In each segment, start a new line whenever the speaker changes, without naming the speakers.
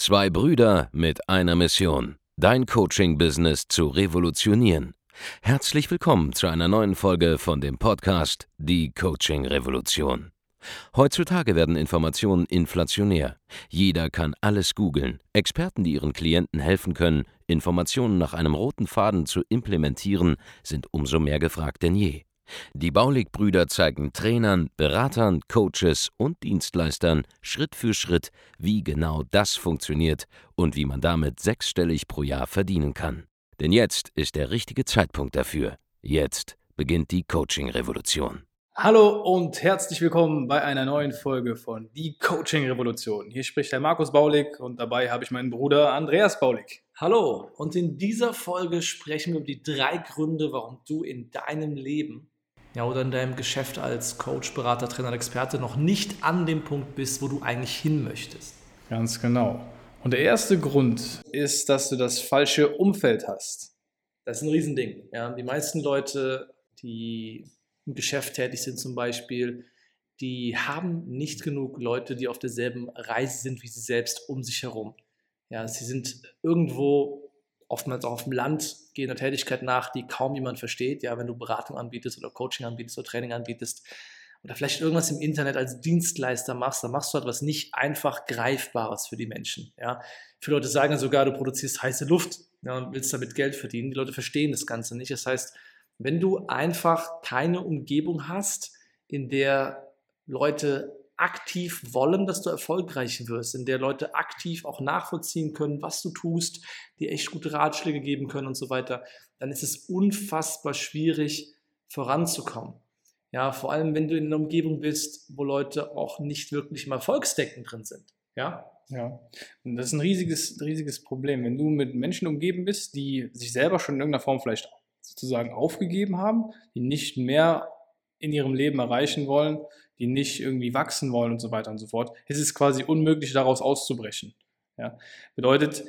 Zwei Brüder mit einer Mission, dein Coaching-Business zu revolutionieren. Herzlich willkommen zu einer neuen Folge von dem Podcast Die Coaching-Revolution. Heutzutage werden Informationen inflationär. Jeder kann alles googeln. Experten, die ihren Klienten helfen können, Informationen nach einem roten Faden zu implementieren, sind umso mehr gefragt denn je. Die Baulig-Brüder zeigen Trainern, Beratern, Coaches und Dienstleistern Schritt für Schritt, wie genau das funktioniert und wie man damit sechsstellig pro Jahr verdienen kann. Denn jetzt ist der richtige Zeitpunkt dafür. Jetzt beginnt die Coaching-Revolution.
Hallo und herzlich willkommen bei einer neuen Folge von Die Coaching-Revolution. Hier spricht der Markus Baulig und dabei habe ich meinen Bruder Andreas Baulig.
Hallo, und in dieser Folge sprechen wir über die 3 Gründe, warum du in deinem Leben oder in deinem Geschäft als Coach, Berater, Trainer, Experte noch nicht an dem Punkt bist, wo du eigentlich hin möchtest.
Ganz genau. Und der erste Grund ist, dass du das falsche Umfeld hast.
Das ist ein Riesending. Ja. Die meisten Leute, die im Geschäft tätig sind zum Beispiel, die haben nicht genug Leute, die auf derselben Reise sind wie sie selbst um sich herum. Ja, sie sind irgendwo, oftmals auch auf dem Land, gehen einer Tätigkeit nach, die kaum jemand versteht. Ja, wenn du Beratung anbietest oder Coaching anbietest oder Training anbietest oder vielleicht irgendwas im Internet als Dienstleister machst, dann machst du etwas nicht einfach Greifbares für die Menschen. Ja. Viele Leute sagen sogar, du produzierst heiße Luft, ja, und willst damit Geld verdienen. Die Leute verstehen das Ganze nicht. Das heißt, wenn du einfach keine Umgebung hast, in der Leute aktiv wollen, dass du erfolgreich wirst, in der Leute aktiv auch nachvollziehen können, was du tust, dir echt gute Ratschläge geben können und so weiter, dann ist es unfassbar schwierig, voranzukommen. Ja, vor allem, wenn du in einer Umgebung bist, wo Leute auch nicht wirklich im Erfolgsdenken drin sind. Ja.
Ja, und das ist ein riesiges Problem. Wenn du mit Menschen umgeben bist, die sich selber schon in irgendeiner Form vielleicht sozusagen aufgegeben haben, die nicht mehr in ihrem Leben erreichen wollen, die nicht irgendwie wachsen wollen und so weiter und so fort, ist es quasi unmöglich, daraus auszubrechen. Ja? Bedeutet,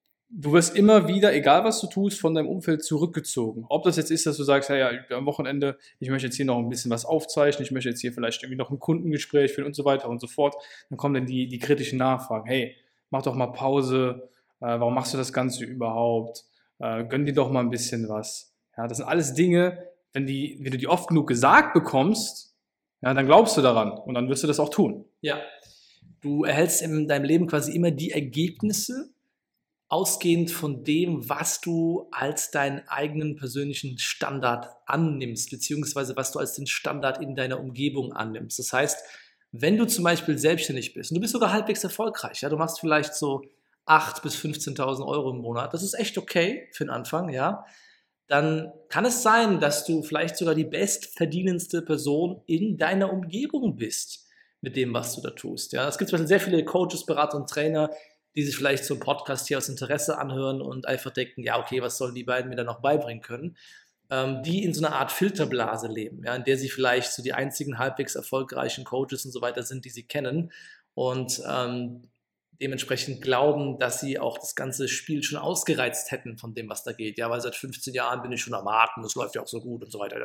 du wirst immer wieder, egal was du tust, von deinem Umfeld zurückgezogen. Ob das jetzt ist, dass du sagst, ja, am Wochenende, ich möchte jetzt hier noch ein bisschen was aufzeichnen, ich möchte jetzt hier vielleicht irgendwie noch ein Kundengespräch führen und so weiter und so fort, dann kommen dann die kritischen Nachfragen. Hey, mach doch mal Pause, warum machst du das Ganze überhaupt? Gönn dir doch mal ein bisschen was. Ja, das sind alles Dinge, wenn du die oft genug gesagt bekommst, ja, dann glaubst du daran und dann wirst du das auch tun.
Ja, du erhältst in deinem Leben quasi immer die Ergebnisse, ausgehend von dem, was du als deinen eigenen persönlichen Standard annimmst, beziehungsweise was du als den Standard in deiner Umgebung annimmst. Das heißt, wenn du zum Beispiel selbstständig bist und du bist sogar halbwegs erfolgreich, ja, du machst vielleicht so 8.000 bis 15.000 Euro im Monat, das ist echt okay für den Anfang, ja, dann kann es sein, dass du vielleicht sogar die bestverdienendste Person in deiner Umgebung bist mit dem, was du da tust. Ja, es gibt zum Beispiel sehr viele Coaches, Berater und Trainer, die sich vielleicht so einen Podcast hier aus Interesse anhören und einfach denken, ja, okay, was sollen die beiden mir da noch beibringen können? Die in so einer Art Filterblase leben, ja, in der sie vielleicht so die einzigen halbwegs erfolgreichen Coaches und so weiter sind, die sie kennen und dementsprechend glauben, dass sie auch das ganze Spiel schon ausgereizt hätten von dem, was da geht. Ja, weil seit 15 Jahren bin ich schon am Warten, das läuft ja auch so gut und so weiter.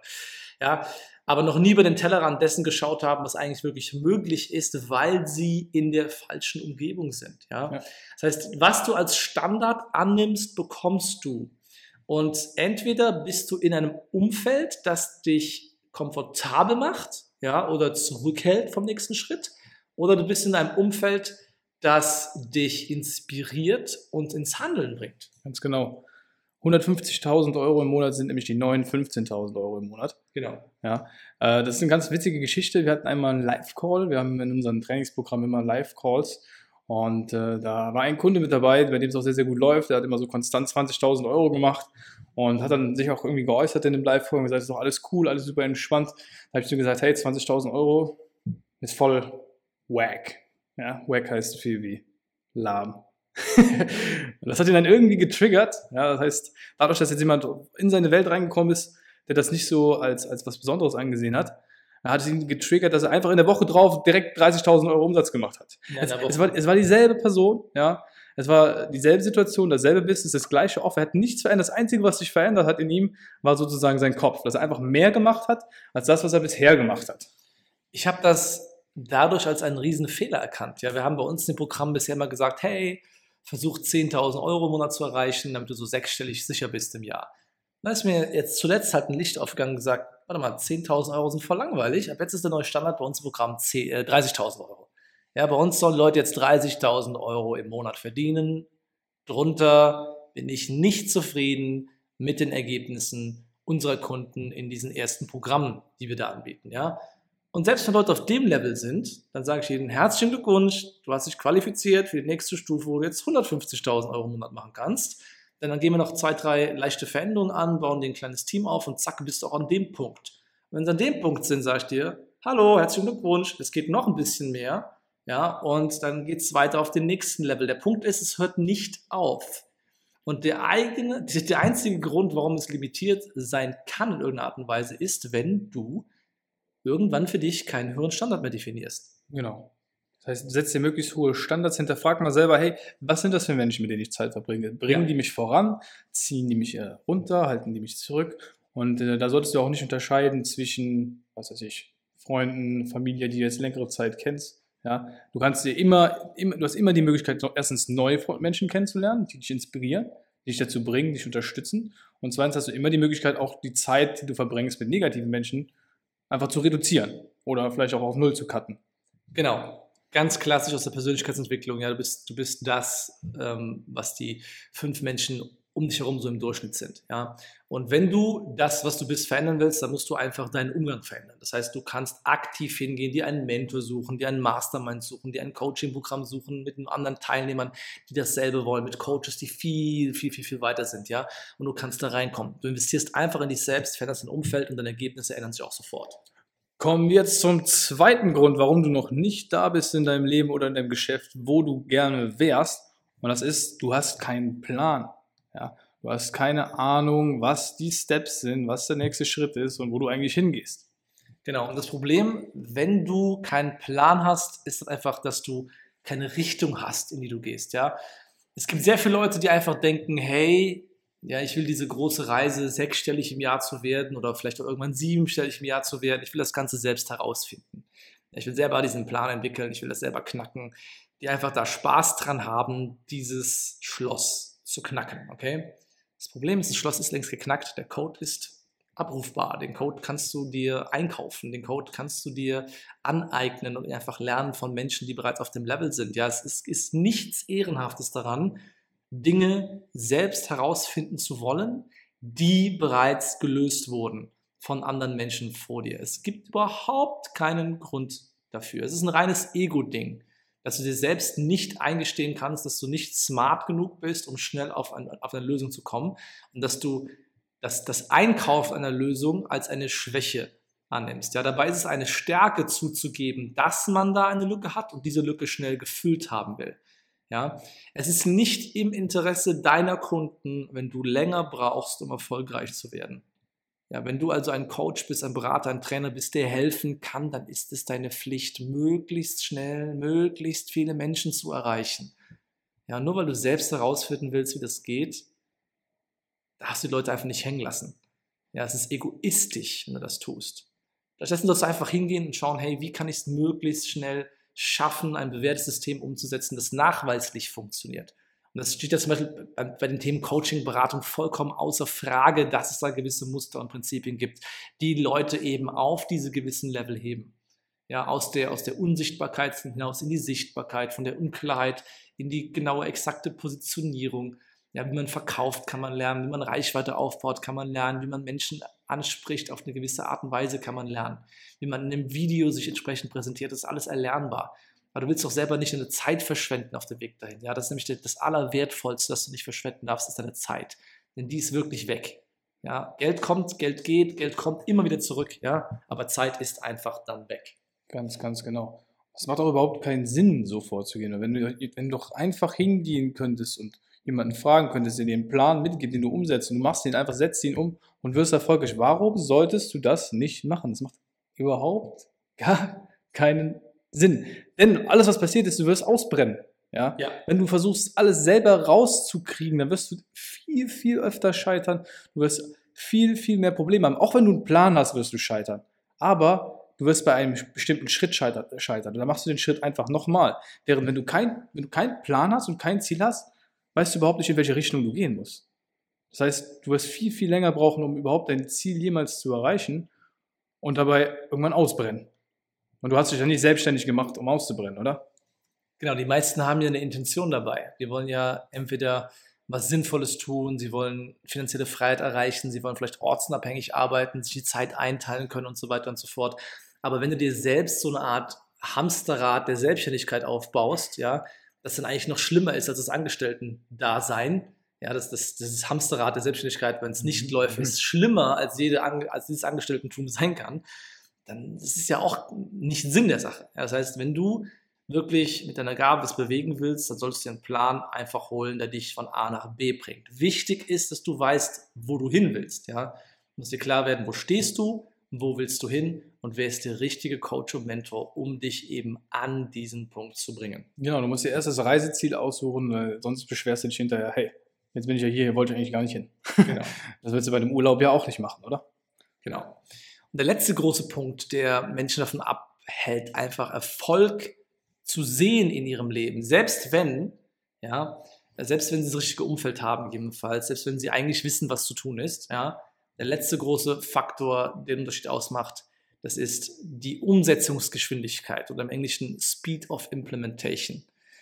Ja, aber noch nie über den Tellerrand dessen geschaut haben, was eigentlich wirklich möglich ist, weil sie in der falschen Umgebung sind. Ja? Ja. Das heißt, was du als Standard annimmst, bekommst du. Und entweder bist du in einem Umfeld, das dich komfortabel macht, ja, oder zurückhält vom nächsten Schritt, oder du bist in einem Umfeld, das dich inspiriert und ins Handeln bringt.
Ganz genau. 150.000 Euro im Monat sind nämlich die neuen 15.000 Euro im Monat.
Genau.
Ja, das ist eine ganz witzige Geschichte. Wir hatten einmal einen Live-Call. Wir haben in unserem Trainingsprogramm immer Live-Calls. Und da war ein Kunde mit dabei, bei dem es auch sehr, sehr gut läuft. Der hat immer so konstant 20.000 Euro gemacht und hat dann sich auch irgendwie geäußert in dem Live-Call und gesagt, ist doch alles cool, alles super entspannt. Da habe ich so gesagt, hey, 20.000 Euro ist voll wack. Ja, wack heißt so viel wie lahm. Das hat ihn dann irgendwie getriggert. Ja, das heißt, dadurch, dass jetzt jemand in seine Welt reingekommen ist, der das nicht so als was Besonderes angesehen hat, hat es ihn getriggert, dass er einfach in der Woche drauf direkt 30.000 Euro Umsatz gemacht hat. Ja, es war dieselbe Person, ja. Es war dieselbe Situation, dasselbe Business, das gleiche Offer. Er hat nichts verändert. Das Einzige, was sich verändert hat in ihm, war sozusagen sein Kopf, dass er einfach mehr gemacht hat, als das, was er bisher gemacht hat.
Ich habe das dadurch als einen riesen Fehler erkannt. Ja, wir haben bei uns im Programm bisher immer gesagt, hey, versuch 10.000 Euro im Monat zu erreichen, damit du so sechsstellig sicher bist im Jahr. Da ist mir jetzt zuletzt halt ein Licht aufgegangen und gesagt, warte mal, 10.000 Euro sind voll langweilig. Ab jetzt ist der neue Standard bei uns im Programm 30.000 Euro. Ja, bei uns sollen Leute jetzt 30.000 Euro im Monat verdienen. Drunter bin ich nicht zufrieden mit den Ergebnissen unserer Kunden in diesen ersten Programmen, die wir da anbieten. Ja? Und selbst wenn Leute auf dem Level sind, dann sage ich ihnen, herzlichen Glückwunsch, du hast dich qualifiziert für die nächste Stufe, wo du jetzt 150.000 Euro im Monat machen kannst. Denn dann gehen wir noch 2, 3 leichte Veränderungen an, bauen dir ein kleines Team auf und zack, bist du auch an dem Punkt. Und wenn sie an dem Punkt sind, sage ich dir, hallo, herzlichen Glückwunsch, es geht noch ein bisschen mehr. Ja, und dann geht es weiter auf den nächsten Level. Der Punkt ist, es hört nicht auf. Und der einzige Grund, warum es limitiert sein kann in irgendeiner Art und Weise, ist, wenn du irgendwann für dich keinen höheren Standard mehr definierst.
Genau. Das heißt, setz dir möglichst hohe Standards, hinterfrag mal selber, hey, was sind das für Menschen, mit denen ich Zeit verbringe? Bringen die mich voran? Ziehen die mich runter? Halten die mich zurück? Und da solltest du auch nicht unterscheiden zwischen, was weiß ich, Freunden, Familie, die du jetzt längere Zeit kennst. Ja, du kannst du hast immer die Möglichkeit, erstens neue Menschen kennenzulernen, die dich inspirieren, die dich dazu bringen, dich unterstützen. Und zweitens hast du immer die Möglichkeit, auch die Zeit, die du verbringst mit negativen Menschen, einfach zu reduzieren oder vielleicht auch auf Null zu cutten.
Genau. Ganz klassisch aus der Persönlichkeitsentwicklung. Ja, du bist das, was die 5 Menschen um dich herum so im Durchschnitt sind. Ja? Und wenn du das, was du bist, verändern willst, dann musst du einfach deinen Umgang verändern. Das heißt, du kannst aktiv hingehen, dir einen Mentor suchen, dir einen Mastermind suchen, dir ein Coaching-Programm suchen mit anderen Teilnehmern, die dasselbe wollen, mit Coaches, die viel, viel, viel, viel weiter sind. Ja? Und du kannst da reinkommen. Du investierst einfach in dich selbst, veränderst dein Umfeld und deine Ergebnisse ändern sich auch sofort.
Kommen wir jetzt zum zweiten Grund, warum du noch nicht da bist in deinem Leben oder in deinem Geschäft, wo du gerne wärst. Und das ist, du hast keinen Plan. Ja, du hast keine Ahnung, was die Steps sind, was der nächste Schritt ist und wo du eigentlich hingehst.
Genau, und das Problem, wenn du keinen Plan hast, ist einfach, dass du keine Richtung hast, in die du gehst. Ja? Es gibt sehr viele Leute, die einfach denken, hey, ja, ich will diese große Reise 6-stellig im Jahr zu werden oder vielleicht auch irgendwann 7-stellig im Jahr zu werden. Ich will das Ganze selbst herausfinden. Ich will selber diesen Plan entwickeln, ich will das selber knacken, die einfach da Spaß dran haben, dieses Schloss zu knacken, okay? Das Problem ist, das Schloss ist längst geknackt, der Code ist abrufbar, den Code kannst du dir einkaufen, den Code kannst du dir aneignen und einfach lernen von Menschen, die bereits auf dem Level sind. Ja, es ist nichts Ehrenhaftes daran, Dinge selbst herausfinden zu wollen, die bereits gelöst wurden von anderen Menschen vor dir. Es gibt überhaupt keinen Grund dafür. Es ist ein reines Ego-Ding, dass du dir selbst nicht eingestehen kannst, dass du nicht smart genug bist, um schnell auf eine Lösung zu kommen und dass du das Einkaufen einer Lösung als eine Schwäche annimmst. Ja, dabei ist es eine Stärke zuzugeben, dass man da eine Lücke hat und diese Lücke schnell gefüllt haben will. Ja, es ist nicht im Interesse deiner Kunden, wenn du länger brauchst, um erfolgreich zu werden. Ja, wenn du also ein Coach bist, ein Berater, ein Trainer bist, der helfen kann, dann ist es deine Pflicht, möglichst schnell, möglichst viele Menschen zu erreichen. Ja, nur weil du selbst herausfinden willst, wie das geht, darfst du die Leute einfach nicht hängen lassen. Ja, es ist egoistisch, wenn du das tust. Stattdessen sollst du einfach hingehen und schauen, hey, wie kann ich es möglichst schnell schaffen, ein bewährtes System umzusetzen, das nachweislich funktioniert. Und das steht ja zum Beispiel bei den Themen Coaching, Beratung vollkommen außer Frage, dass es da gewisse Muster und Prinzipien gibt, die Leute eben auf diese gewissen Level heben. Ja, aus der Unsichtbarkeit hinaus in die Sichtbarkeit, von der Unklarheit in die genaue, exakte Positionierung. Ja, wie man verkauft, kann man lernen, wie man Reichweite aufbaut, kann man lernen, wie man Menschen anspricht auf eine gewisse Art und Weise, kann man lernen. Wie man in einem Video sich entsprechend präsentiert, das ist alles erlernbar. Aber du willst doch selber nicht eine Zeit verschwenden auf dem Weg dahin. Ja, das ist nämlich das Allerwertvollste, das du nicht verschwenden darfst, ist deine Zeit. Denn die ist wirklich weg. Ja, Geld kommt, Geld geht, Geld kommt immer wieder zurück. Ja, aber Zeit ist einfach dann weg.
Ganz, ganz genau. Es macht auch überhaupt keinen Sinn, so vorzugehen. Wenn du doch einfach hingehen könntest und jemanden fragen könntest, der dir einen Plan mitgibt, den du umsetzt und du machst ihn einfach, setzt ihn um und wirst erfolgreich. Warum solltest du das nicht machen? Das macht überhaupt gar keinen Sinn. Denn alles, was passiert ist, du wirst ausbrennen. Ja? Wenn du versuchst, alles selber rauszukriegen, dann wirst du viel, viel öfter scheitern. Du wirst viel, viel mehr Probleme haben. Auch wenn du einen Plan hast, wirst du scheitern. Aber du wirst bei einem bestimmten Schritt scheitern. Und dann machst du den Schritt einfach nochmal. Während wenn du keinen Plan hast und kein Ziel hast, weißt du überhaupt nicht, in welche Richtung du gehen musst. Das heißt, du wirst viel, viel länger brauchen, um überhaupt dein Ziel jemals zu erreichen und dabei irgendwann ausbrennen. Und du hast dich ja nicht selbstständig gemacht, um auszubrennen, oder?
Genau, die meisten haben ja eine Intention dabei. Die wollen ja entweder was Sinnvolles tun, sie wollen finanzielle Freiheit erreichen, sie wollen vielleicht ortsunabhängig arbeiten, sich die Zeit einteilen können und so weiter und so fort. Aber wenn du dir selbst so eine Art Hamsterrad der Selbstständigkeit aufbaust, ja, das dann eigentlich noch schlimmer ist als das Angestellten-Dasein, ja, das Hamsterrad der Selbstständigkeit, wenn es nicht läuft, ist schlimmer als dieses Angestelltentum sein kann, dann das ist ja auch nicht Sinn der Sache. Ja, das heißt, wenn du wirklich mit deiner Gabe was bewegen willst, dann solltest du dir einen Plan einfach holen, der dich von A nach B bringt. Wichtig ist, dass du weißt, wo du hin willst. Ja? Muss dir klar werden, wo stehst du, wo willst du hin und wer ist der richtige Coach und Mentor, um dich eben an diesen Punkt zu bringen.
Genau, du musst dir erst das Reiseziel aussuchen, weil sonst beschwerst du dich hinterher, hey, jetzt bin ich ja hier wollte ich eigentlich gar nicht hin. Genau. Das willst du bei dem Urlaub ja auch nicht machen, oder?
Genau. Und der letzte große Punkt, der Menschen davon abhält, einfach Erfolg zu sehen in ihrem Leben, selbst wenn sie das richtige Umfeld haben, jedenfalls, selbst wenn sie eigentlich wissen, was zu tun ist, ja, der letzte große Faktor, der den Unterschied ausmacht, das ist die Umsetzungsgeschwindigkeit oder im Englischen Speed of Implementation.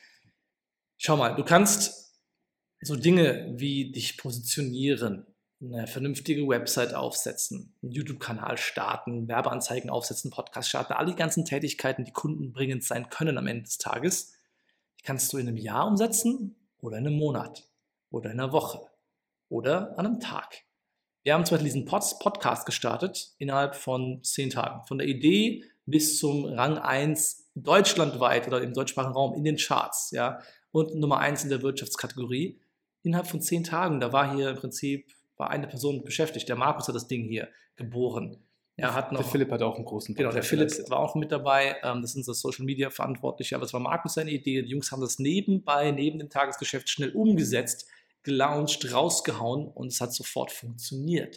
Schau mal, du kannst so Dinge wie dich positionieren, eine vernünftige Website aufsetzen, einen YouTube-Kanal starten, Werbeanzeigen aufsetzen, Podcast starten, all die ganzen Tätigkeiten, die kundenbringend sein können am Ende des Tages, die kannst du in einem Jahr umsetzen oder in einem Monat oder in einer Woche oder an einem Tag. Wir haben zum Beispiel diesen Podcast gestartet innerhalb von 10 Tagen. Von der Idee bis zum Rang 1 deutschlandweit oder im deutschsprachigen Raum in den Charts, ja, und Nummer 1 in der Wirtschaftskategorie innerhalb von 10 Tagen. Da war hier im Prinzip eine Person beschäftigt. Der Markus hat das Ding hier geboren.
Der Philipp hat auch einen großen
Podcast. Genau, der Philipp war auch mit dabei. Das ist unser Social Media Verantwortlicher. Aber es war Markus seine Idee. Die Jungs haben das neben dem Tagesgeschäft schnell umgesetzt, gelauncht, rausgehauen und es hat sofort funktioniert.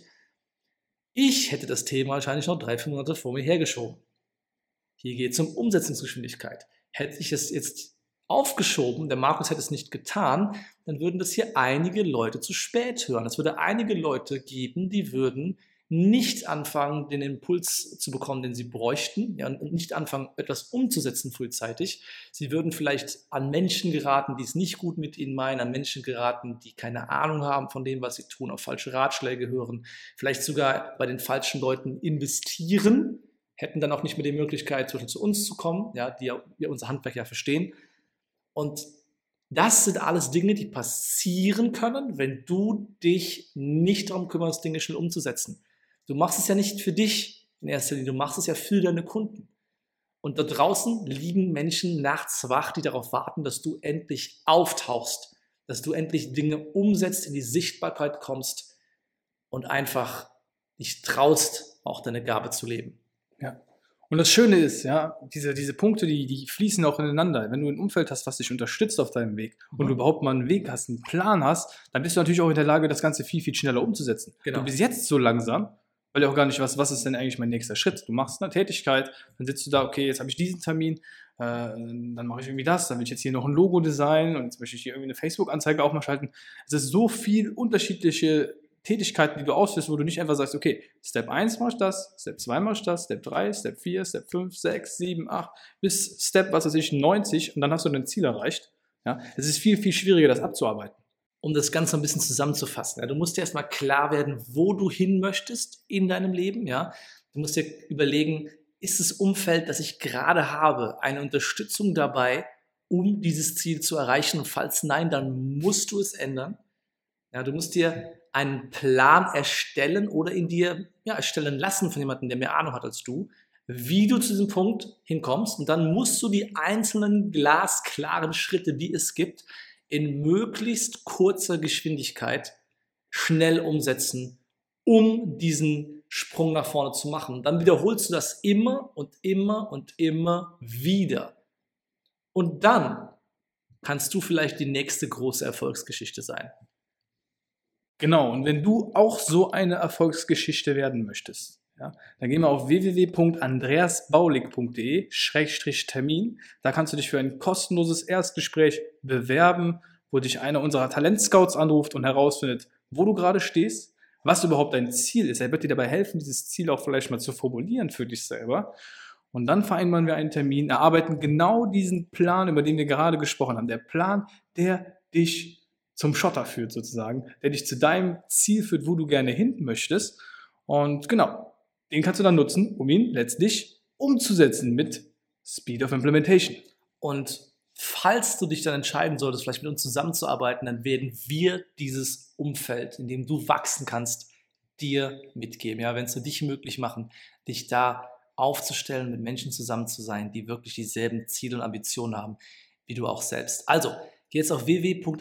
Ich hätte das Thema wahrscheinlich noch 3-4 Monate vor mir hergeschoben. Hier geht es um Umsetzungsgeschwindigkeit. Hätte ich es jetzt aufgeschoben, der Markus hätte es nicht getan, dann würden das hier einige Leute zu spät hören. Es würde einige Leute geben, die würden nicht anfangen, den Impuls zu bekommen, den sie bräuchten, ja, und nicht anfangen, etwas umzusetzen frühzeitig. Sie würden vielleicht an Menschen geraten, die es nicht gut mit ihnen meinen, an Menschen geraten, die keine Ahnung haben von dem, was sie tun, auf falsche Ratschläge hören, vielleicht sogar bei den falschen Leuten investieren, hätten dann auch nicht mehr die Möglichkeit, zum Beispiel zu uns zu kommen, ja, die ja unser Handwerk ja verstehen. Und das sind alles Dinge, die passieren können, wenn du dich nicht darum kümmerst, Dinge schnell umzusetzen. Du machst es ja nicht für dich in erster Linie, du machst es ja für deine Kunden. Und da draußen liegen Menschen nachts wach, die darauf warten, dass du endlich auftauchst, dass du endlich Dinge umsetzt, in die Sichtbarkeit kommst und einfach dich traust, auch deine Gabe zu leben.
Ja. Und das Schöne ist, ja, diese Punkte, die fließen auch ineinander. Wenn du ein Umfeld hast, was dich unterstützt auf deinem Weg und du überhaupt mal einen Weg hast, einen Plan hast, dann bist du natürlich auch in der Lage, das Ganze viel, viel schneller umzusetzen.
Genau.
Du bist jetzt so langsam, weil du auch gar nicht weißt, was ist denn eigentlich mein nächster Schritt. Du machst eine Tätigkeit, dann sitzt du da, okay, jetzt habe ich diesen Termin, dann mache ich irgendwie das, dann will ich jetzt hier noch ein Logo designen und jetzt möchte ich hier irgendwie eine Facebook-Anzeige auch mal schalten. Es ist so viel unterschiedliche Tätigkeiten, die du ausführst, wo du nicht einfach sagst, okay, Step 1 mache ich das, Step 2 mache ich das, Step 3, Step 4, Step 5, 6, 7, 8, bis Step, 90 und dann hast du dein Ziel erreicht. Ja, es ist viel, viel schwieriger, das abzuarbeiten.
Um das Ganze ein bisschen zusammenzufassen, ja, du musst dir erstmal klar werden, wo du hin möchtest in deinem Leben. Ja. Du musst dir überlegen, ist das Umfeld, das ich gerade habe, eine Unterstützung dabei, um dieses Ziel zu erreichen? Und falls nein, dann musst du es ändern. Ja, du musst dir einen Plan erstellen oder in dir erstellen lassen von jemandem, der mehr Ahnung hat als du, wie du zu diesem Punkt hinkommst. Und dann musst du die einzelnen glasklaren Schritte, die es gibt, in möglichst kurzer Geschwindigkeit schnell umsetzen, um diesen Sprung nach vorne zu machen. Und dann wiederholst du das immer und immer und immer wieder. Und dann kannst du vielleicht die nächste große Erfolgsgeschichte sein.
Genau, und wenn du auch so eine Erfolgsgeschichte werden möchtest, Ja, dann gehen wir auf www.andreasbaulig.de/Termin. Da kannst du dich für ein kostenloses Erstgespräch bewerben, wo dich einer unserer Talentscouts anruft und herausfindet, wo du gerade stehst, was überhaupt dein Ziel ist. Er wird dir dabei helfen, dieses Ziel auch vielleicht mal zu formulieren für dich selber. Und dann vereinbaren wir einen Termin, erarbeiten genau diesen Plan, über den wir gerade gesprochen haben. Der Plan, der dich zum Schotter führt sozusagen, der dich zu deinem Ziel führt, wo du gerne hin möchtest. Und genau, den kannst du dann nutzen, um ihn letztlich umzusetzen mit Speed of Implementation.
Und falls du dich dann entscheiden solltest, vielleicht mit uns zusammenzuarbeiten, dann werden wir dieses Umfeld, in dem du wachsen kannst, dir mitgeben. Ja, wenn es für dich möglich machen, dich da aufzustellen, mit Menschen zusammen zu sein, die wirklich dieselben Ziele und Ambitionen haben, wie du auch selbst. Also, geh jetzt auf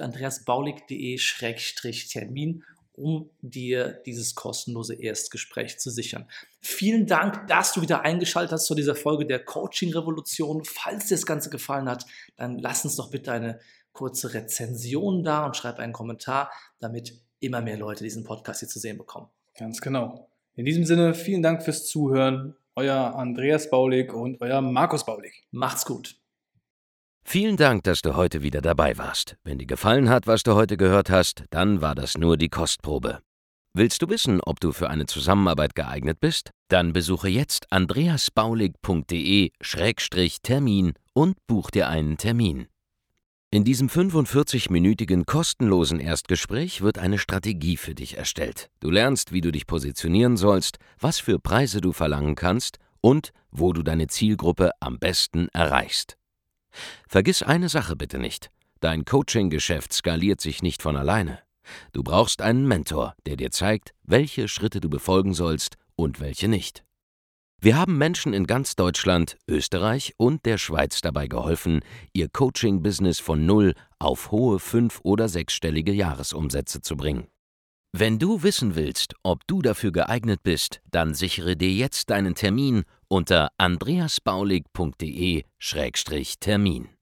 www.andreasbaulig.de/Termin, um dir dieses kostenlose Erstgespräch zu sichern. Vielen Dank, dass du wieder eingeschaltet hast zu dieser Folge der Coaching-Revolution. Falls dir das Ganze gefallen hat, dann lass uns doch bitte eine kurze Rezension da und schreib einen Kommentar, damit immer mehr Leute diesen Podcast hier zu sehen bekommen.
Ganz genau. In diesem Sinne, vielen Dank fürs Zuhören. Euer Andreas Baulig und euer Markus Baulig.
Macht's gut.
Vielen Dank, dass du heute wieder dabei warst. Wenn dir gefallen hat, was du heute gehört hast, dann war das nur die Kostprobe. Willst du wissen, ob du für eine Zusammenarbeit geeignet bist? Dann besuche jetzt andreasbaulig.de/Termin und buch dir einen Termin. In diesem 45-minütigen kostenlosen Erstgespräch wird eine Strategie für dich erstellt. Du lernst, wie du dich positionieren sollst, was für Preise du verlangen kannst und wo du deine Zielgruppe am besten erreichst. Vergiss eine Sache bitte nicht: Dein Coaching-Geschäft skaliert sich nicht von alleine. Du brauchst einen Mentor, der dir zeigt, welche Schritte du befolgen sollst und welche nicht. Wir haben Menschen in ganz Deutschland, Österreich und der Schweiz dabei geholfen, ihr Coaching-Business von 0 auf hohe 5- oder 6-stellige Jahresumsätze zu bringen. Wenn du wissen willst, ob du dafür geeignet bist, dann sichere dir jetzt deinen Termin unter andreasbaulig.de/Termin.